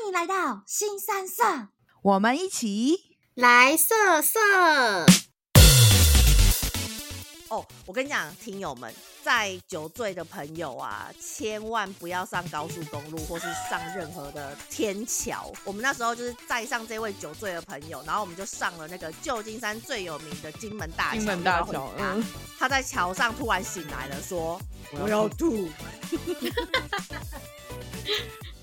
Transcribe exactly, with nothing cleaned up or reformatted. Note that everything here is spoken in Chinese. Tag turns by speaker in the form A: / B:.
A: 迎来到新三色，
B: 我们一起
C: 来色色。
D: 哦，我跟你讲，听友们，在酒醉的朋友啊，千万不要上高速公路或是上任何的天桥。我们那时候就是载上这位酒醉的朋友，然后我们就上了那个旧金山最有名的金门大桥。
B: 金门大桥，嗯，
D: 他在桥上突然醒来了，说：“我要吐。”